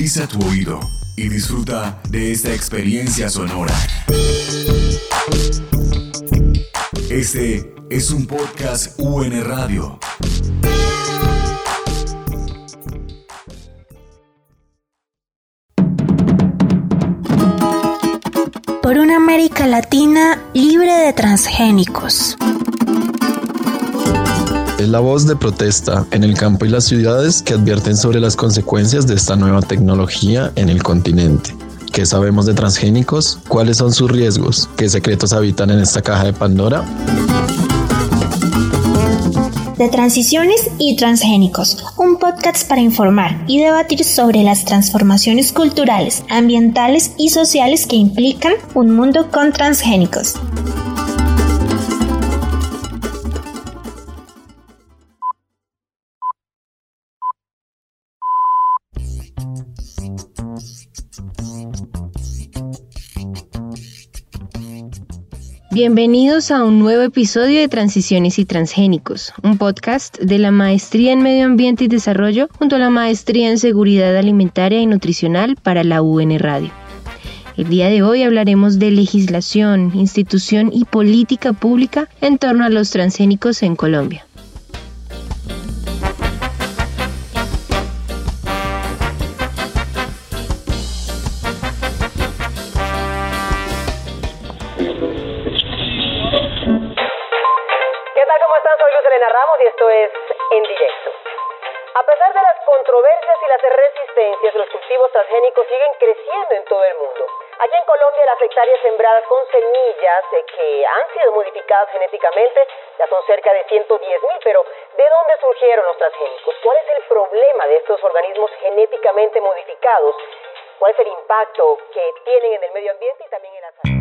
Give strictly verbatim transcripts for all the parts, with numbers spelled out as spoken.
Agudiza tu oído y disfruta de esta experiencia sonora. Este es un podcast U N Radio. Por una América Latina libre de transgénicos. Es la voz de protesta en el campo y las ciudades que advierten sobre las consecuencias de esta nueva tecnología en el continente. ¿Qué sabemos de transgénicos? ¿Cuáles son sus riesgos? ¿Qué secretos habitan en esta caja de Pandora? De Transiciones y Transgénicos, un podcast para informar y debatir sobre las transformaciones culturales, ambientales y sociales que implican un mundo con transgénicos. Bienvenidos a un nuevo episodio de Transiciones y Transgénicos, un podcast de la Maestría en Medio Ambiente y Desarrollo junto a la Maestría en Seguridad Alimentaria y Nutricional para la U N Radio. El día de hoy hablaremos de legislación, institución y política pública en torno a los transgénicos en Colombia. Y esto es En Directo. A pesar de las controversias y las resistencias, los cultivos transgénicos siguen creciendo en todo el mundo. Aquí en Colombia, las hectáreas sembradas con semillas que han sido modificadas genéticamente ya son cerca de ciento diez mil, pero ¿de dónde surgieron los transgénicos? ¿Cuál es el problema de estos organismos genéticamente modificados? ¿Cuál es el impacto que tienen en el medio ambiente y también en la salud?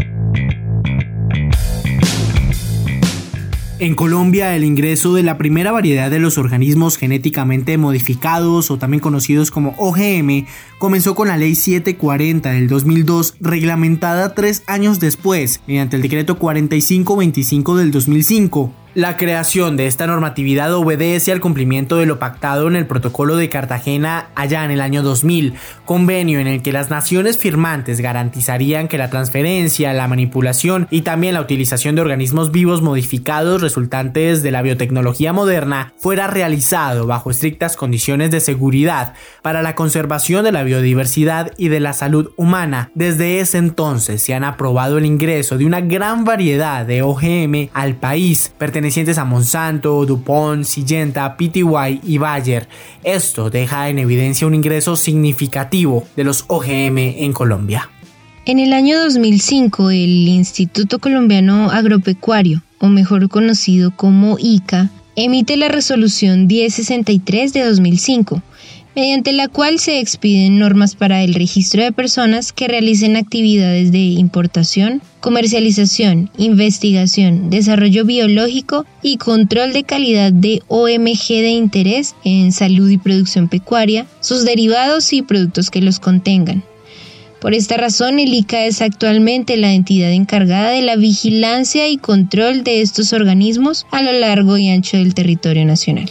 En Colombia, el ingreso de la primera variedad de los organismos genéticamente modificados, o también conocidos como O G M, comenzó con la Ley setecientos cuarenta del dos mil dos, reglamentada tres años después, mediante el Decreto cuarenta y cinco veinticinco del dos mil cinco. La creación de esta normatividad obedece al cumplimiento de lo pactado en el Protocolo de Cartagena allá en el año dos mil, convenio en el que las naciones firmantes garantizarían que la transferencia, la manipulación y también la utilización de organismos vivos modificados resultantes de la biotecnología moderna fuera realizado bajo estrictas condiciones de seguridad para la conservación de la biodiversidad y de la salud humana. Desde ese entonces se han aprobado el ingreso de una gran variedad de O G M al país, pertenecientes a Monsanto, DuPont, Syngenta, P T Y y Bayer. Esto deja en evidencia un ingreso significativo de los O G M en Colombia. En el año dos mil cinco, el Instituto Colombiano Agropecuario, o mejor conocido como I C A, emite la resolución diez sesenta y tres de dos mil cinco, mediante la cual se expiden normas para el registro de personas que realicen actividades de importación, comercialización, investigación, desarrollo biológico y control de calidad de O M G de interés en salud y producción pecuaria, sus derivados y productos que los contengan. Por esta razón, el I C A es actualmente la entidad encargada de la vigilancia y control de estos organismos a lo largo y ancho del territorio nacional.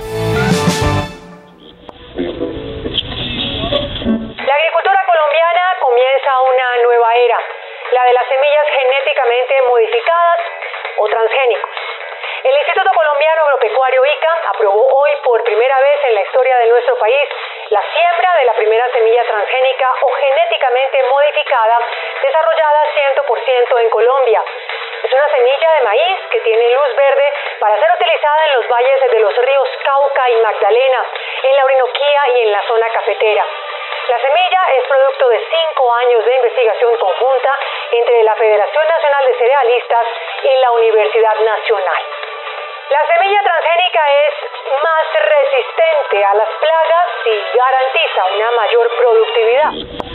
Comienza una nueva era, la de las semillas genéticamente modificadas o transgénicos. El Instituto Colombiano Agropecuario I C A aprobó hoy por primera vez en la historia de nuestro país la siembra de la primera semilla transgénica o genéticamente modificada desarrollada cien por ciento en Colombia. Es una semilla de maíz que tiene luz verde para ser utilizada en los valles de los ríos Cauca y Magdalena, en la Orinoquía y en la zona cafetera. La semilla es producto de cinco años de investigación conjunta entre la Federación Nacional de Cerealistas y la Universidad Nacional. La semilla transgénica es más resistente a las plagas y garantiza una mayor productividad.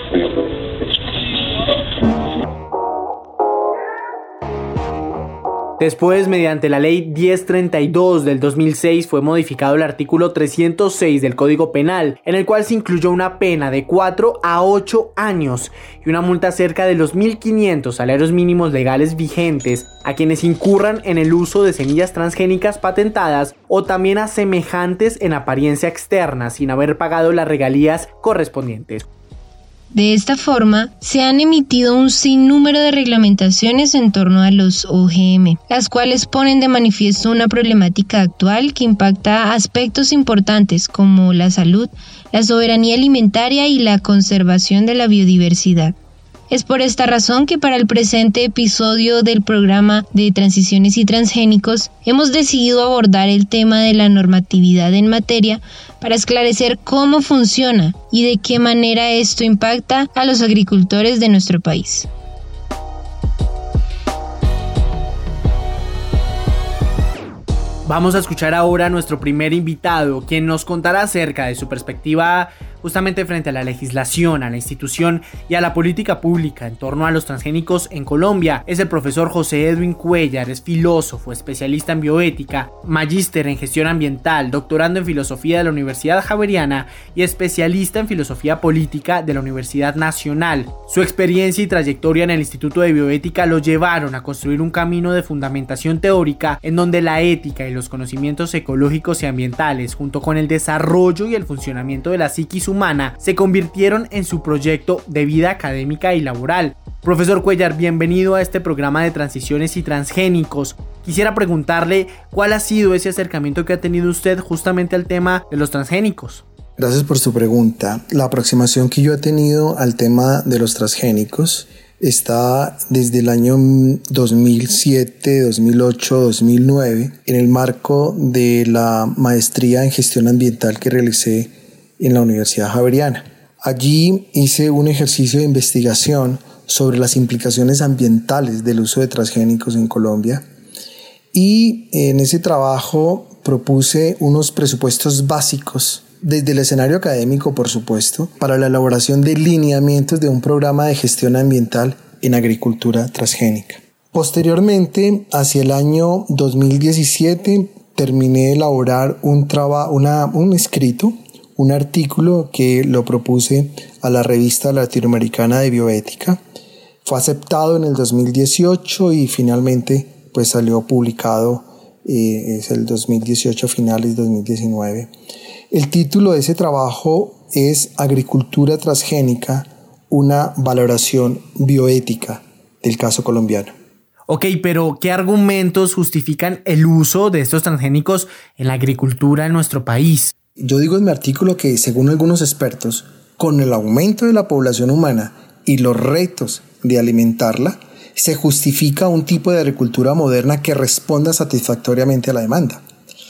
Después, mediante la Ley diez treinta y dos del dos mil seis, fue modificado el artículo trescientos seis del Código Penal, en el cual se incluyó una pena de cuatro a ocho años y una multa cerca de los mil quinientos salarios mínimos legales vigentes a quienes incurran en el uso de semillas transgénicas patentadas o también a semejantes en apariencia externa sin haber pagado las regalías correspondientes. De esta forma, se han emitido un sinnúmero de reglamentaciones en torno a los O G M, las cuales ponen de manifiesto una problemática actual que impacta aspectos importantes como la salud, la soberanía alimentaria y la conservación de la biodiversidad. Es por esta razón que para el presente episodio del programa de Transiciones y Transgénicos hemos decidido abordar el tema de la normatividad en materia para esclarecer cómo funciona y de qué manera esto impacta a los agricultores de nuestro país. Vamos a escuchar ahora a nuestro primer invitado, quien nos contará acerca de su perspectiva justamente frente a la legislación, a la institución y a la política pública en torno a los transgénicos en Colombia. Es el profesor José Edwin Cuéllar, es filósofo, especialista en bioética, magíster en gestión ambiental, doctorando en filosofía de la Universidad Javeriana y especialista en filosofía política de la Universidad Nacional. Su experiencia y trayectoria en el Instituto de Bioética lo llevaron a construir un camino de fundamentación teórica en donde la ética y los conocimientos ecológicos y ambientales, junto con el desarrollo y el funcionamiento de la psiquis humana, se convirtieron en su proyecto de vida académica y laboral. Profesor Cuéllar, bienvenido a este programa de Transiciones y Transgénicos. Quisiera preguntarle cuál ha sido ese acercamiento que ha tenido usted justamente al tema de los transgénicos. Gracias por su pregunta. La aproximación que yo he tenido al tema de los transgénicos está desde el año dos mil siete, dos mil ocho, dos mil nueve en el marco de la maestría en gestión ambiental que realicé en la Universidad Javeriana. Allí hice un ejercicio de investigación sobre las implicaciones ambientales del uso de transgénicos en Colombia y en ese trabajo propuse unos presupuestos básicos desde el escenario académico, por supuesto, para la elaboración de lineamientos de un programa de gestión ambiental en agricultura transgénica. Posteriormente, hacia el año dos mil diecisiete, terminé de elaborar un, traba, una, un escrito, un artículo que lo propuse a la revista latinoamericana de bioética. Fue aceptado en el dos mil dieciocho y finalmente pues salió publicado, eh, es el dos mil dieciocho, finales de dos mil diecinueve. El título de ese trabajo es Agricultura transgénica, una valoración bioética del caso colombiano. Ok, pero ¿qué argumentos justifican el uso de estos transgénicos en la agricultura en nuestro país? Yo digo en mi artículo que, según algunos expertos, con el aumento de la población humana y los retos de alimentarla, se justifica un tipo de agricultura moderna que responda satisfactoriamente a la demanda.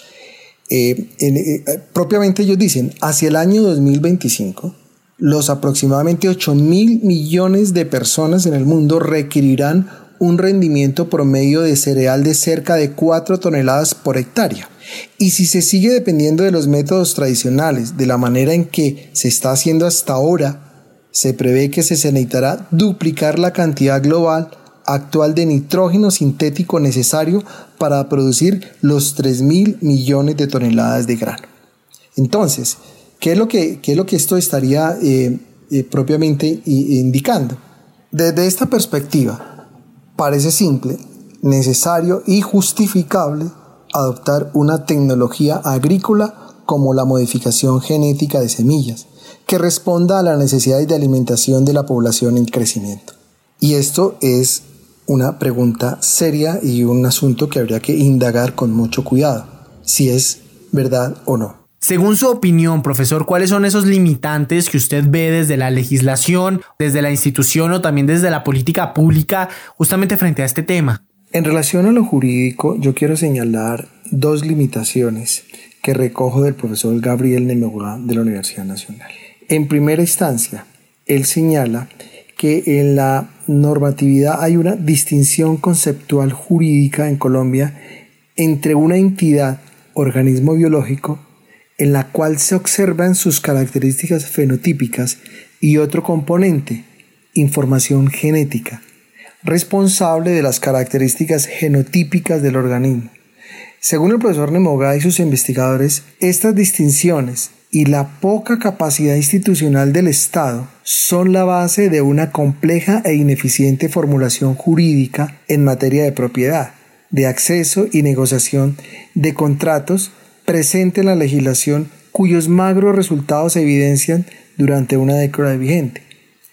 Eh, eh, eh, propiamente ellos dicen, hacia el año dos mil veinticinco, los aproximadamente ocho mil millones de personas en el mundo requerirán un rendimiento promedio de cereal de cerca de cuatro toneladas por hectárea. Y si se sigue dependiendo de los métodos tradicionales, de la manera en que se está haciendo hasta ahora, se prevé que se necesitará duplicar la cantidad global actual de nitrógeno sintético necesario para producir los tres mil millones de toneladas de grano. Entonces, ¿qué es lo que, qué es lo que esto estaría eh, eh, propiamente indicando? Desde esta perspectiva, parece simple, necesario y justificable adoptar una tecnología agrícola como la modificación genética de semillas, que responda a las necesidades de alimentación de la población en crecimiento. Y esto es una pregunta seria y un asunto que habría que indagar con mucho cuidado, si es verdad o no. Según su opinión, profesor, ¿cuáles son esos limitantes que usted ve desde la legislación, desde la institución o también desde la política pública justamente frente a este tema? En relación a lo jurídico, yo quiero señalar dos limitaciones que recojo del profesor Gabriel Nemoura de la Universidad Nacional. En primera instancia, él señala que en la normatividad hay una distinción conceptual jurídica en Colombia entre una entidad, organismo biológico, en la cual se observan sus características fenotípicas, y otro componente, información genética, responsable de las características genotípicas del organismo. Según el profesor Nemoura y sus investigadores, estas distinciones y la poca capacidad institucional del Estado son la base de una compleja e ineficiente formulación jurídica en materia de propiedad, de acceso y negociación de contratos presente en la legislación, cuyos magros resultados se evidencian durante una década vigente.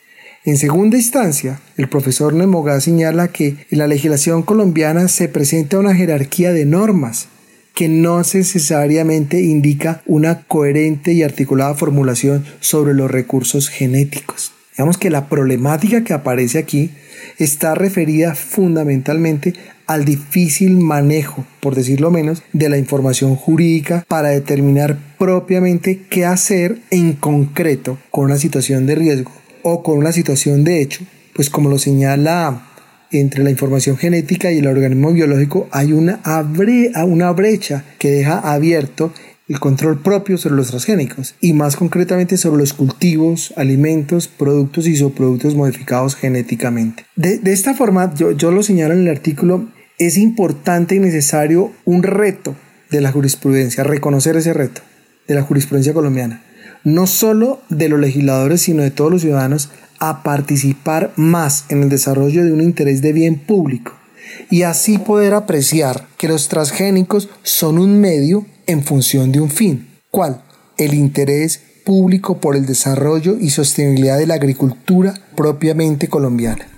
En segunda instancia, el profesor Nemogá señala que en la legislación colombiana se presenta una jerarquía de normas que no necesariamente indica una coherente y articulada formulación sobre los recursos genéticos. Digamos que la problemática que aparece aquí está referida fundamentalmente al difícil manejo, por decirlo menos, de la información jurídica para determinar propiamente qué hacer en concreto con una situación de riesgo o con una situación de hecho, pues como lo señala entre la información genética y el organismo biológico hay una, abre, una brecha que deja abierto el control propio sobre los transgénicos y más concretamente sobre los cultivos, alimentos, productos y subproductos modificados genéticamente. De, de esta forma, yo, yo lo señalo en el artículo, es importante y necesario un reto de la jurisprudencia, reconocer ese reto de la jurisprudencia colombiana, no solo de los legisladores sino de todos los ciudadanos, a participar más en el desarrollo de un interés de bien público y así poder apreciar que los transgénicos son un medio en función de un fin. ¿Cuál? El interés público por el desarrollo y sostenibilidad de la agricultura propiamente colombiana.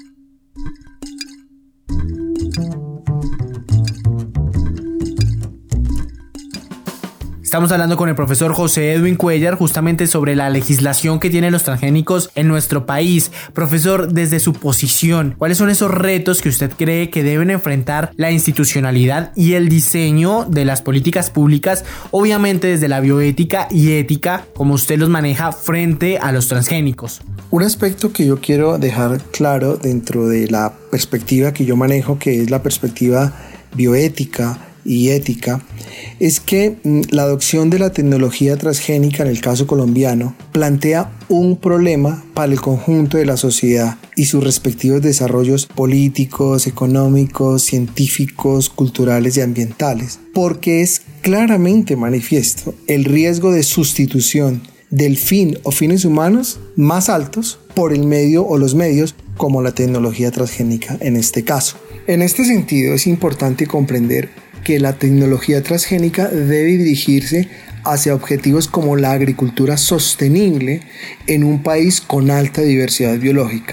Estamos hablando con el profesor José Edwin Cuellar justamente sobre la legislación que tienen los transgénicos en nuestro país. Profesor, desde su posición, ¿cuáles son esos retos que usted cree que deben enfrentar la institucionalidad y el diseño de las políticas públicas, obviamente desde la bioética y ética, como usted los maneja frente a los transgénicos? Un aspecto que yo quiero dejar claro dentro de la perspectiva que yo manejo, que es la perspectiva bioética y ética, es que la adopción de la tecnología transgénica en el caso colombiano plantea un problema para el conjunto de la sociedad y sus respectivos desarrollos políticos, económicos, científicos, culturales y ambientales, porque es claramente manifiesto el riesgo de sustitución del fin o fines humanos más altos por el medio o los medios como la tecnología transgénica en este caso. En este sentido es importante comprender que la tecnología transgénica debe dirigirse hacia objetivos como la agricultura sostenible en un país con alta diversidad biológica,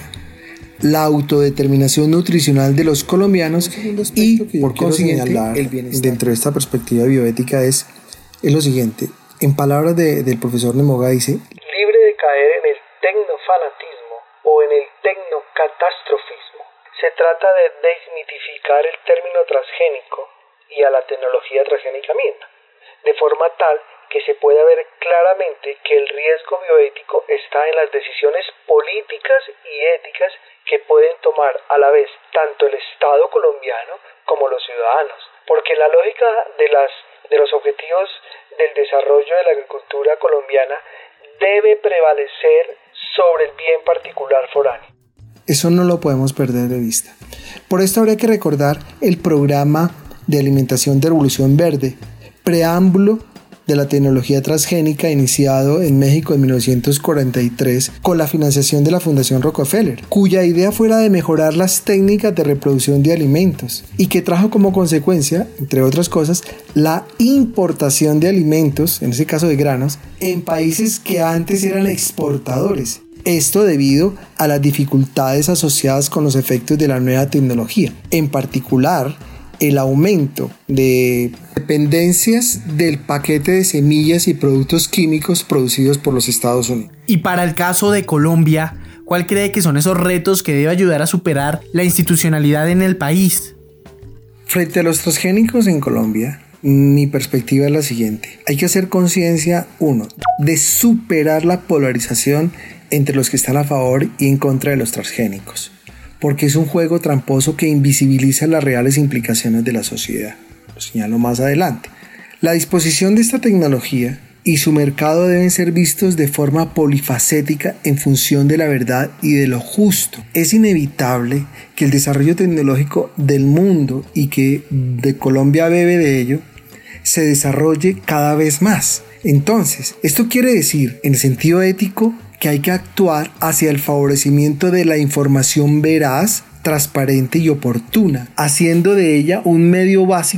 la autodeterminación nutricional de los colombianos y, por consiguiente, el bienestar. Dentro de esta perspectiva bioética es, es lo siguiente, en palabras de, del profesor Nemogá dice: libre de caer en el tecnofanatismo o en el tecnocatastrofismo, se trata de desmitificar el término transgénico y a la tecnología transgénica misma, de forma tal que se pueda ver claramente que el riesgo bioético está en las decisiones políticas y éticas que pueden tomar a la vez tanto el Estado colombiano como los ciudadanos, porque la lógica de, las, de los objetivos del desarrollo de la agricultura colombiana debe prevalecer sobre el bien particular foráneo. Eso no lo podemos perder de vista. Por esto habría que recordar el programa de alimentación de Revolución Verde, preámbulo de la tecnología transgénica iniciado en México en mil novecientos cuarenta y tres con la financiación de la Fundación Rockefeller, cuya idea fuera de mejorar las técnicas de reproducción de alimentos y que trajo como consecuencia, entre otras cosas, la importación de alimentos, en ese caso de granos, en países que antes eran exportadores. Esto debido a las dificultades asociadas con los efectos de la nueva tecnología, en particular el aumento de dependencias del paquete de semillas y productos químicos producidos por los Estados Unidos. Y para el caso de Colombia, ¿cuál cree que son esos retos que debe ayudar a superar la institucionalidad en el país? Frente a los transgénicos en Colombia, mi perspectiva es la siguiente. Hay que hacer conciencia, uno, de superar la polarización entre los que están a favor y en contra de los transgénicos, porque es un juego tramposo que invisibiliza las reales implicaciones de la sociedad. Lo señalo más adelante. La disposición de esta tecnología y su mercado deben ser vistos de forma polifacética en función de la verdad y de lo justo. Es inevitable que el desarrollo tecnológico del mundo, y que de Colombia bebe de ello, se desarrolle cada vez más. Entonces, esto quiere decir, en el sentido ético, que hay que actuar hacia el favorecimiento de la información veraz, transparente y oportuna, haciendo de ella un medio básico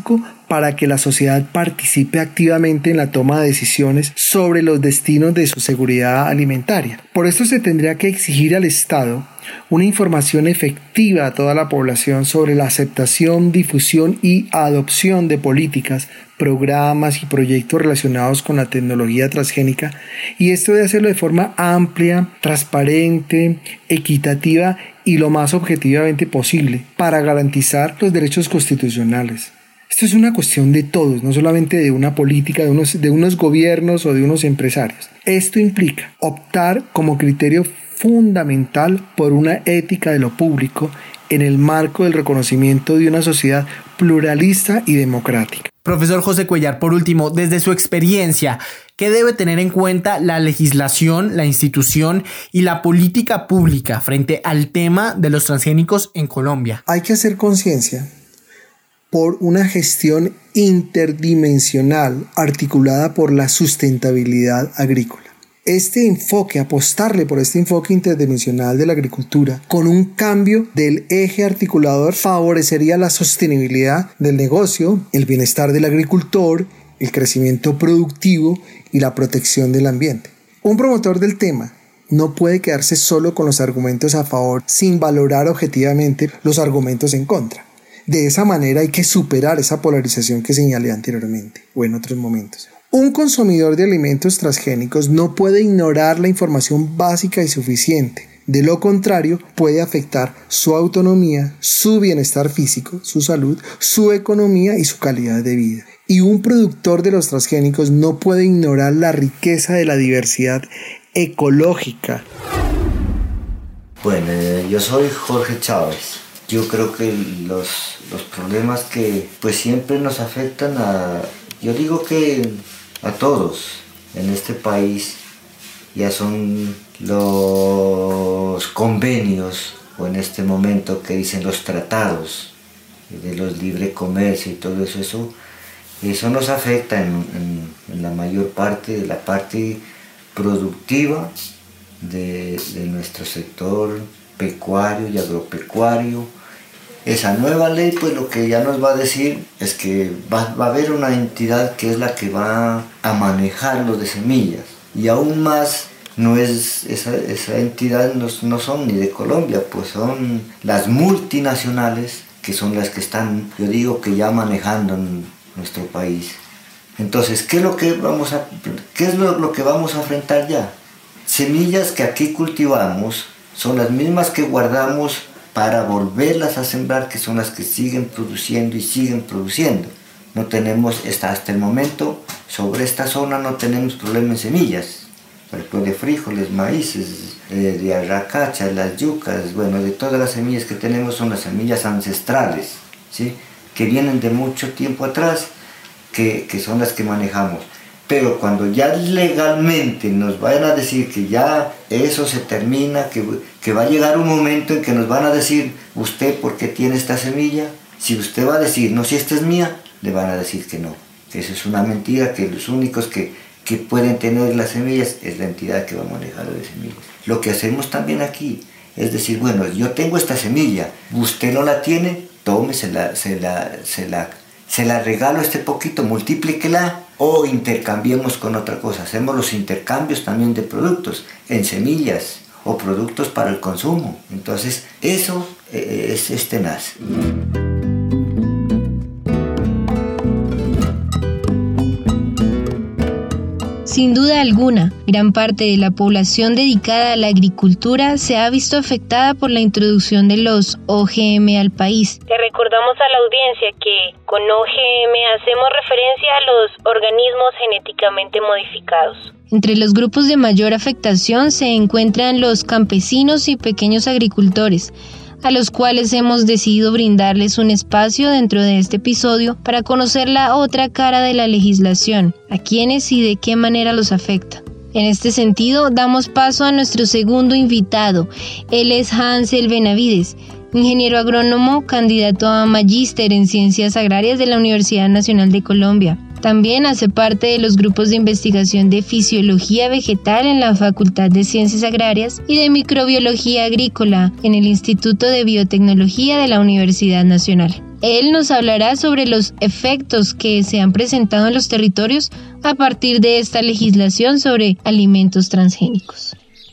para que la sociedad participe activamente en la toma de decisiones sobre los destinos de su seguridad alimentaria. Por esto se tendría que exigir al Estado una información efectiva a toda la población sobre la aceptación, difusión y adopción de políticas, programas y proyectos relacionados con la tecnología transgénica, y esto debe hacerlo de forma amplia, transparente, equitativa y lo más objetivamente posible para garantizar los derechos constitucionales. Esto es una cuestión de todos, no solamente de una política, de unos, de unos gobiernos o de unos empresarios. Esto implica optar como criterio fundamental por una ética de lo público en el marco del reconocimiento de una sociedad pluralista y democrática. Profesor José Cuellar, por último, desde su experiencia, ¿qué debe tener en cuenta la legislación, la institución y la política pública frente al tema de los transgénicos en Colombia? Hay que hacer conciencia por una gestión interdimensional articulada por la sustentabilidad agrícola. Este enfoque, apostarle por este enfoque interdimensional de la agricultura con un cambio del eje articulador favorecería la sostenibilidad del negocio, el bienestar del agricultor, el crecimiento productivo y la protección del ambiente. Un promotor del tema no puede quedarse solo con los argumentos a favor sin valorar objetivamente los argumentos en contra. De esa manera hay que superar esa polarización que señalé anteriormente o en otros momentos. Un consumidor de alimentos transgénicos no puede ignorar la información básica y suficiente. De lo contrario, puede afectar su autonomía, su bienestar físico, su salud, su economía y su calidad de vida. Y un productor de los transgénicos no puede ignorar la riqueza de la diversidad ecológica. Bueno, yo soy Jorge Chávez. Yo creo que los, los problemas que pues siempre nos afectan a, yo digo que a todos en este país, ya son los convenios o en este momento que dicen los tratados de los libre comercio y todo eso, eso, eso nos afecta en, en, en la mayor parte de la parte productiva de, de nuestro sector pecuario y agropecuario. Esa nueva ley pues lo que ya nos va a decir es que va, va a haber una entidad que es la que va a manejar los de semillas, y aún más no es esa, esa entidad no, no son ni de Colombia, pues son las multinacionales que son las que están, yo digo que ya manejando en nuestro país. Entonces, ¿qué es lo que vamos a, qué es lo, lo que vamos a enfrentar ya? Semillas que aquí cultivamos son las mismas que guardamos para volverlas a sembrar, que son las que siguen produciendo y siguen produciendo. No tenemos, hasta, hasta el momento, sobre esta zona no tenemos problema en semillas. Por ejemplo, de frijoles, maíces, eh, de arracachas, las yucas, bueno, de todas las semillas que tenemos son las semillas ancestrales, ¿sí? Que vienen de mucho tiempo atrás, que, que son las que manejamos. Pero cuando ya legalmente nos vayan a decir que ya eso se termina, que, que va a llegar un momento en que nos van a decir, usted, ¿por qué tiene esta semilla? Si usted va a decir, no, si esta es mía, le van a decir que no. Que eso es una mentira, que los únicos que, que pueden tener las semillas es la entidad que va a manejar las semillas. Lo que hacemos también aquí es decir, bueno, yo tengo esta semilla, usted no la tiene, tome, se la, se la, se la, se la regalo este poquito, multiplíquela, o intercambiemos con otra cosa. Hacemos los intercambios también de productos en semillas o productos para el consumo. Entonces eso es, es tenaz. Sin duda alguna, gran parte de la población dedicada a la agricultura se ha visto afectada por la introducción de los O G M al país. Le recordamos a la audiencia que con O G M hacemos referencia a los organismos genéticamente modificados. Entre los grupos de mayor afectación se encuentran los campesinos y pequeños agricultores, a los cuales hemos decidido brindarles un espacio dentro de este episodio para conocer la otra cara de la legislación, a quiénes y de qué manera los afecta. En este sentido, damos paso a nuestro segundo invitado. Él es Hansel Benavides, ingeniero agrónomo, candidato a magíster en Ciencias Agrarias de la Universidad Nacional de Colombia. También hace parte de los grupos de investigación de Fisiología Vegetal en la Facultad de Ciencias Agrarias y de Microbiología Agrícola en el Instituto de Biotecnología de la Universidad Nacional. Él nos hablará sobre los efectos que se han presentado en los territorios a partir de esta legislación sobre alimentos transgénicos.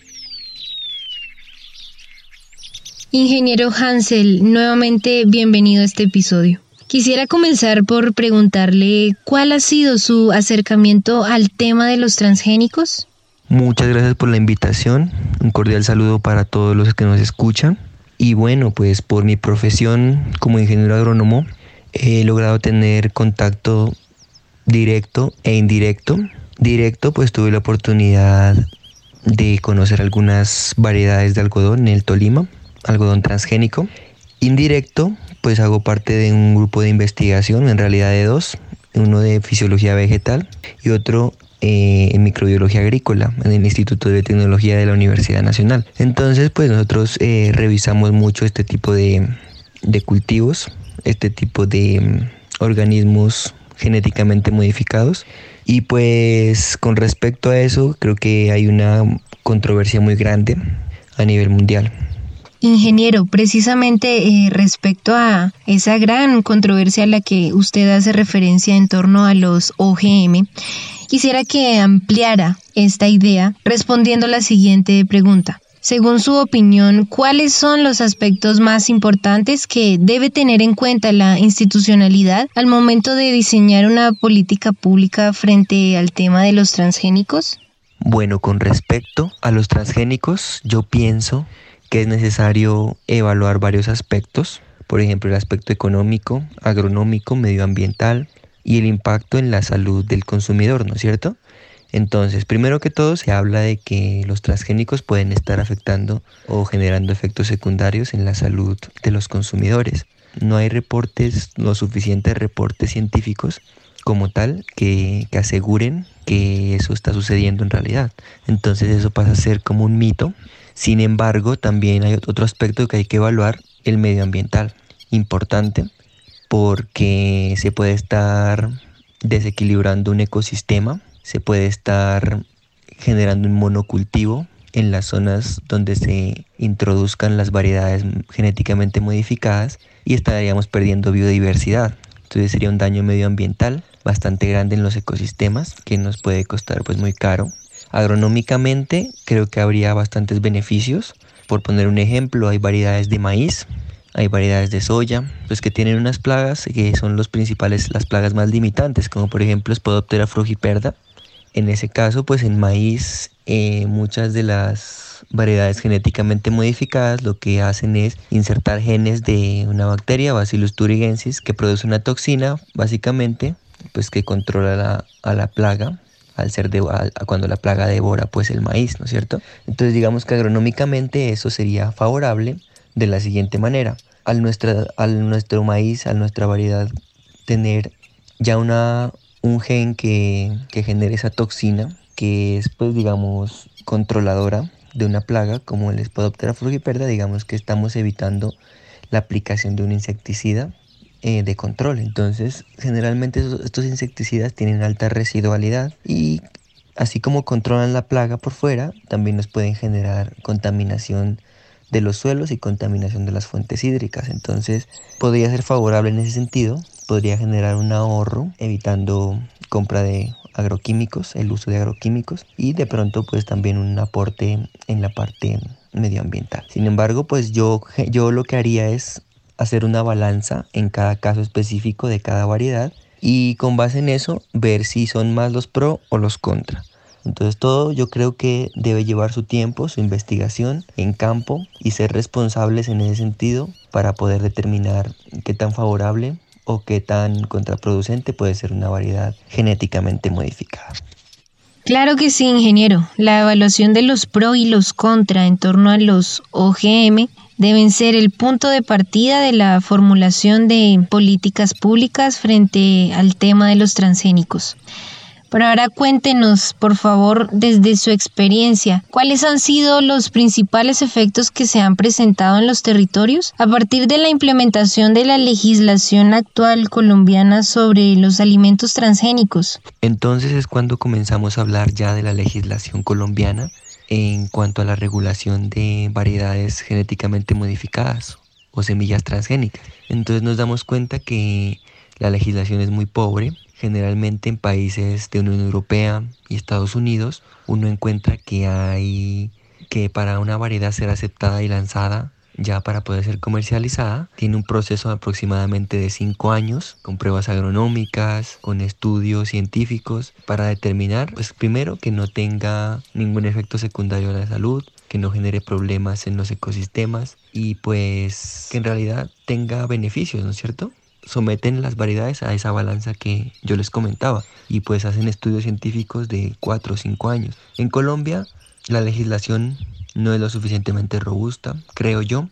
Ingeniero Hansel, nuevamente bienvenido a este episodio. Quisiera comenzar por preguntarle cuál ha sido su acercamiento al tema de los transgénicos. Muchas gracias por la invitación, un cordial saludo para todos los que nos escuchan. Y bueno, pues por mi profesión como ingeniero agrónomo he logrado tener contacto directo e indirecto. Directo, pues tuve la oportunidad de conocer algunas variedades de algodón en el Tolima, algodón transgénico. Indirecto, pues hago parte de un grupo de investigación, en realidad de dos, uno de fisiología vegetal y otro eh, en microbiología agrícola en el Instituto de Tecnología de la Universidad Nacional. Entonces, pues nosotros eh, revisamos mucho este tipo de, de cultivos, este tipo de um, organismos genéticamente modificados. Y pues con respecto a eso, creo que hay una controversia muy grande a nivel mundial. Ingeniero, precisamente eh, respecto a esa gran controversia a la que usted hace referencia en torno a los O G M, quisiera que ampliara esta idea respondiendo la siguiente pregunta. Según su opinión, ¿cuáles son los aspectos más importantes que debe tener en cuenta la institucionalidad al momento de diseñar una política pública frente al tema de los transgénicos? Bueno, con respecto a los transgénicos, yo pienso que es necesario evaluar varios aspectos, por ejemplo el aspecto económico, agronómico, medioambiental y el impacto en la salud del consumidor, ¿no es cierto? Entonces, primero que todo se habla de que los transgénicos pueden estar afectando o generando efectos secundarios en la salud de los consumidores. No hay reportes, no suficientes reportes científicos como tal que, que aseguren que eso está sucediendo en realidad. Entonces eso pasa a ser como un mito. Sin embargo, también hay otro aspecto que hay que evaluar, el medioambiental, importante, porque se puede estar desequilibrando un ecosistema, se puede estar generando un monocultivo en las zonas donde se introduzcan las variedades genéticamente modificadas y estaríamos perdiendo biodiversidad. Entonces sería un daño medioambiental bastante grande en los ecosistemas que nos puede costar pues muy caro. Agronómicamente creo que habría bastantes beneficios. Por poner un ejemplo, hay variedades de maíz, hay variedades de soya, pues que tienen unas plagas que son los principales, las plagas más limitantes, como por ejemplo Spodoptera frugiperda. En ese caso, pues en maíz, eh, muchas de las variedades genéticamente modificadas lo que hacen es insertar genes de una bacteria, Bacillus thuringiensis, que produce una toxina, básicamente, pues que controla la, a la plaga. Al ser de, a, a cuando la plaga devora pues el maíz, ¿no es cierto? Entonces digamos que agronómicamente eso sería favorable de la siguiente manera. Al, nuestra, al nuestro maíz, a nuestra variedad, tener ya una, un gen que, que genere esa toxina, que es pues digamos controladora de una plaga como el Spodoptera frugiperda, digamos que estamos evitando la aplicación de un insecticida de control. Entonces generalmente esos, estos insecticidas tienen alta residualidad y así como controlan la plaga por fuera, también nos pueden generar contaminación de los suelos y contaminación de las fuentes hídricas. Entonces podría ser favorable en ese sentido, podría generar un ahorro evitando compra de agroquímicos, el uso de agroquímicos y de pronto pues también un aporte en la parte medioambiental. Sin embargo, pues yo, yo lo que haría es hacer una balanza en cada caso específico de cada variedad y con base en eso ver si son más los pro o los contra. Entonces todo yo creo que debe llevar su tiempo, su investigación en campo y ser responsables en ese sentido para poder determinar qué tan favorable o qué tan contraproducente puede ser una variedad genéticamente modificada. Claro que sí, ingeniero. La evaluación de los pro y los contra en torno a los O G M deben ser el punto de partida de la formulación de políticas públicas frente al tema de los transgénicos. Pero ahora cuéntenos, por favor, desde su experiencia, ¿cuáles han sido los principales efectos que se han presentado en los territorios a partir de la implementación de la legislación actual colombiana sobre los alimentos transgénicos? Entonces es cuando comenzamos a hablar ya de la legislación colombiana en cuanto a la regulación de variedades genéticamente modificadas o semillas transgénicas. Entonces nos damos cuenta que la legislación es muy pobre. Generalmente en países de Unión Europea y Estados Unidos uno encuentra que hay que para una variedad ser aceptada y lanzada ya para poder ser comercializada, tiene un proceso aproximadamente de cinco años, con pruebas agronómicas, con estudios científicos, para determinar, pues primero, que no tenga ningún efecto secundario a la salud, que no genere problemas en los ecosistemas y pues que en realidad tenga beneficios, ¿no es cierto? Someten las variedades a esa balanza que yo les comentaba y pues hacen estudios científicos de cuatro o cinco años. En Colombia la legislación no es lo suficientemente robusta, creo yo,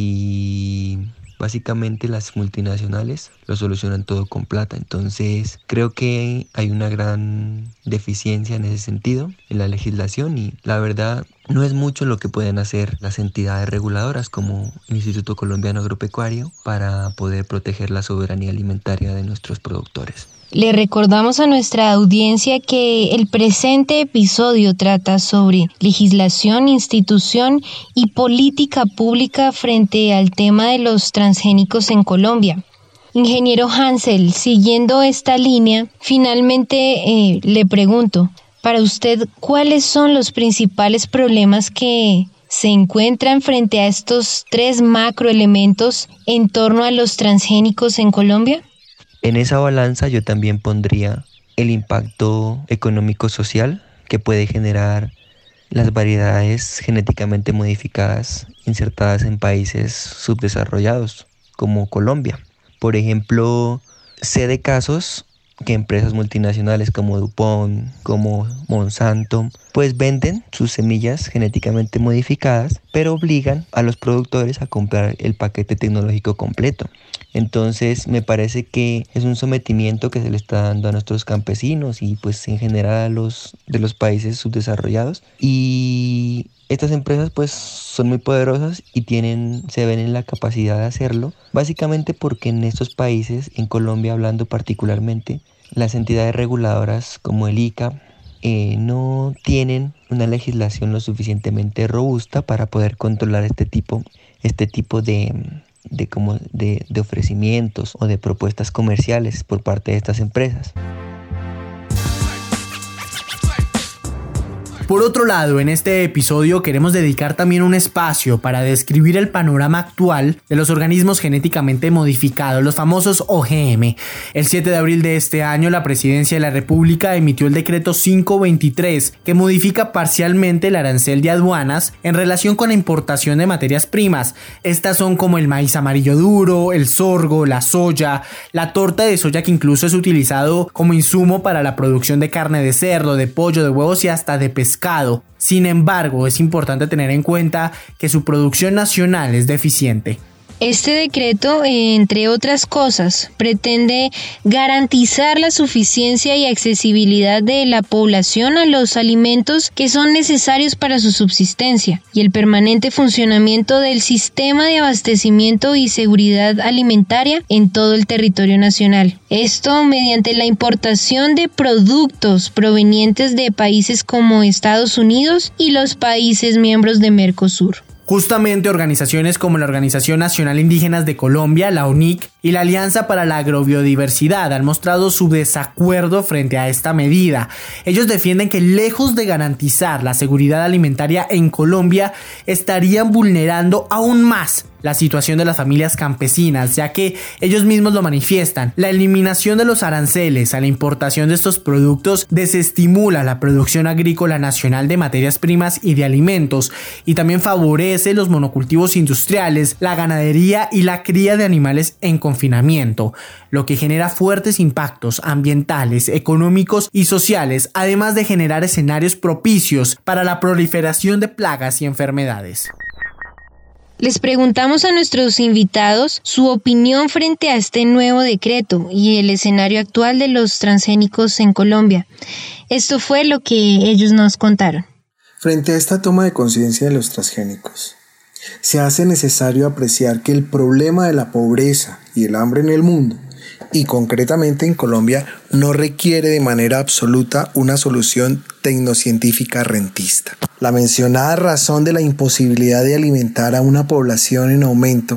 y básicamente las multinacionales lo solucionan todo con plata. Entonces creo que hay una gran deficiencia en ese sentido en la legislación y la verdad no es mucho lo que pueden hacer las entidades reguladoras como el Instituto Colombiano Agropecuario para poder proteger la soberanía alimentaria de nuestros productores. Le recordamos a nuestra audiencia que el presente episodio trata sobre legislación, institución y política pública frente al tema de los transgénicos en Colombia. Ingeniero Hansel, siguiendo esta línea, finalmente eh, le pregunto, para usted, ¿cuáles son los principales problemas que se encuentran frente a estos tres macroelementos en torno a los transgénicos en Colombia? En esa balanza yo también pondría el impacto económico-social que puede generar las variedades genéticamente modificadas insertadas en países subdesarrollados como Colombia. Por ejemplo, sé de casos que empresas multinacionales como DuPont, como Monsanto, pues venden sus semillas genéticamente modificadas, pero obligan a los productores a comprar el paquete tecnológico completo. Entonces me parece que es un sometimiento que se le está dando a nuestros campesinos y pues en general a los de los países subdesarrollados. Y estas empresas pues son muy poderosas y tienen, se ven en la capacidad de hacerlo, básicamente porque en estos países, en Colombia hablando particularmente, las entidades reguladoras como el I C A eh, no tienen una legislación lo suficientemente robusta para poder controlar este tipo, este tipo de... De, como de, de ofrecimientos o de propuestas comerciales por parte de estas empresas. Por otro lado, en este episodio queremos dedicar también un espacio para describir el panorama actual de los organismos genéticamente modificados, los famosos O G M. El siete de abril de este año, la Presidencia de la República emitió el decreto quinientos veintitrés, que modifica parcialmente el arancel de aduanas en relación con la importación de materias primas. Estas son como el maíz amarillo duro, el sorgo, la soya, la torta de soya, que incluso es utilizado como insumo para la producción de carne de cerdo, de pollo, de huevos y hasta de pescado. Sin embargo, es importante tener en cuenta que su producción nacional es deficiente. Este decreto, entre otras cosas, pretende garantizar la suficiencia y accesibilidad de la población a los alimentos que son necesarios para su subsistencia y el permanente funcionamiento del sistema de abastecimiento y seguridad alimentaria en todo el territorio nacional. Esto mediante la importación de productos provenientes de países como Estados Unidos y los países miembros de Mercosur. Justamente organizaciones como la Organización Nacional Indígenas de Colombia, la O N I C, y la Alianza para la Agrobiodiversidad han mostrado su desacuerdo frente a esta medida. Ellos defienden que lejos de garantizar la seguridad alimentaria en Colombia, estarían vulnerando aún más la situación de las familias campesinas, ya que ellos mismos lo manifiestan. La eliminación de los aranceles a la importación de estos productos desestimula la producción agrícola nacional de materias primas y de alimentos, y también favorece los monocultivos industriales, la ganadería y la cría de animales en confinamiento, lo que genera fuertes impactos ambientales, económicos y sociales, además de generar escenarios propicios para la proliferación de plagas y enfermedades. Les preguntamos a nuestros invitados su opinión frente a este nuevo decreto y el escenario actual de los transgénicos en Colombia. Esto fue lo que ellos nos contaron. Frente a esta toma de conciencia de los transgénicos, se hace necesario apreciar que el problema de la pobreza y el hambre en el mundo, y concretamente en Colombia, no requiere de manera absoluta una solución tecnocientífica rentista. La mencionada razón de la imposibilidad de alimentar a una población en aumento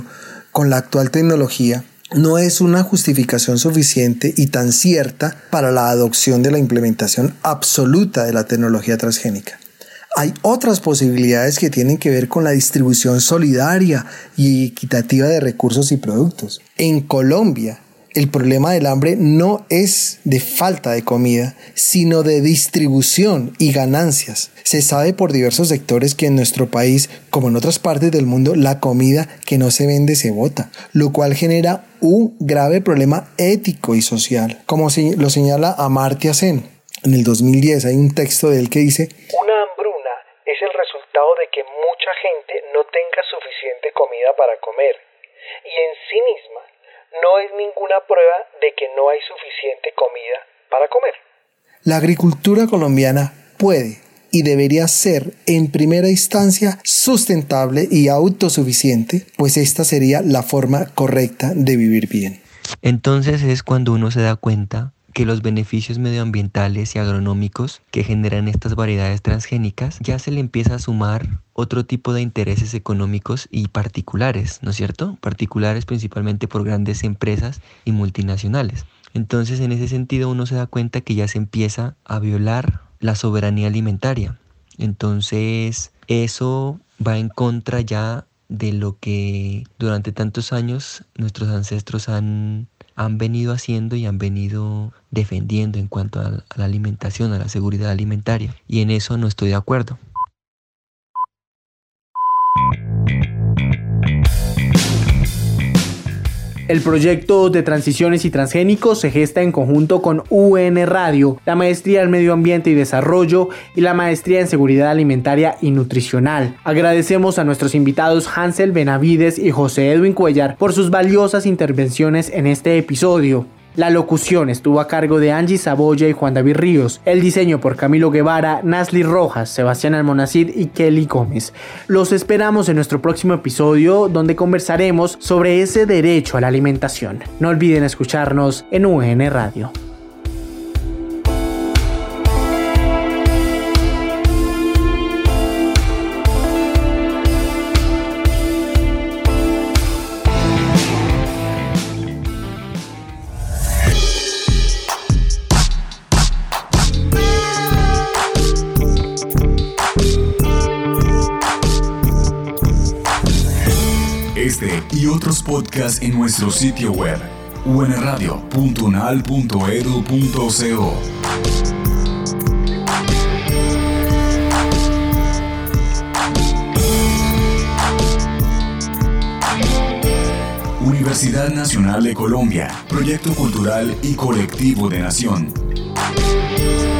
con la actual tecnología no es una justificación suficiente y tan cierta para la adopción de la implementación absoluta de la tecnología transgénica. Hay otras posibilidades que tienen que ver con la distribución solidaria y equitativa de recursos y productos. En Colombia, el problema del hambre no es de falta de comida, sino de distribución y ganancias. Se sabe por diversos sectores que en nuestro país, como en otras partes del mundo, la comida que no se vende se bota, lo cual genera un grave problema ético y social, como lo señala Amartya Sen. En el dos mil diez hay un texto de él que dice: una hambruna es el resultado de que mucha gente no tenga suficiente comida para comer, y en sí misma no es ninguna prueba de que no hay suficiente comida para comer. La agricultura colombiana puede y debería ser en primera instancia sustentable y autosuficiente, pues esta sería la forma correcta de vivir bien. Entonces es cuando uno se da cuenta que los beneficios medioambientales y agronómicos que generan estas variedades transgénicas ya se le empieza a sumar otro tipo de intereses económicos y particulares, ¿no es cierto? Particulares principalmente por grandes empresas y multinacionales. Entonces, en ese sentido, uno se da cuenta que ya se empieza a violar la soberanía alimentaria. Entonces, eso va en contra ya de lo que durante tantos años nuestros ancestros han han venido haciendo y han venido defendiendo en cuanto a la alimentación, a la seguridad alimentaria. Y en eso no estoy de acuerdo. El proyecto de transiciones y transgénicos se gesta en conjunto con U N Radio, la Maestría en Medio Ambiente y Desarrollo y la Maestría en Seguridad Alimentaria y Nutricional. Agradecemos a nuestros invitados Hansel Benavides y José Edwin Cuellar por sus valiosas intervenciones en este episodio. La locución estuvo a cargo de Angie Saboya y Juan David Ríos, el diseño por Camilo Guevara, Nasli Rojas, Sebastián Almonacid y Kelly Gómez. Los esperamos en nuestro próximo episodio, donde conversaremos sobre ese derecho a la alimentación. No olviden escucharnos en U N Radio. Este y otros podcasts en nuestro sitio web u n radio punto unal punto e d u punto co. Universidad Nacional de Colombia, Proyecto Cultural y Colectivo de Nación.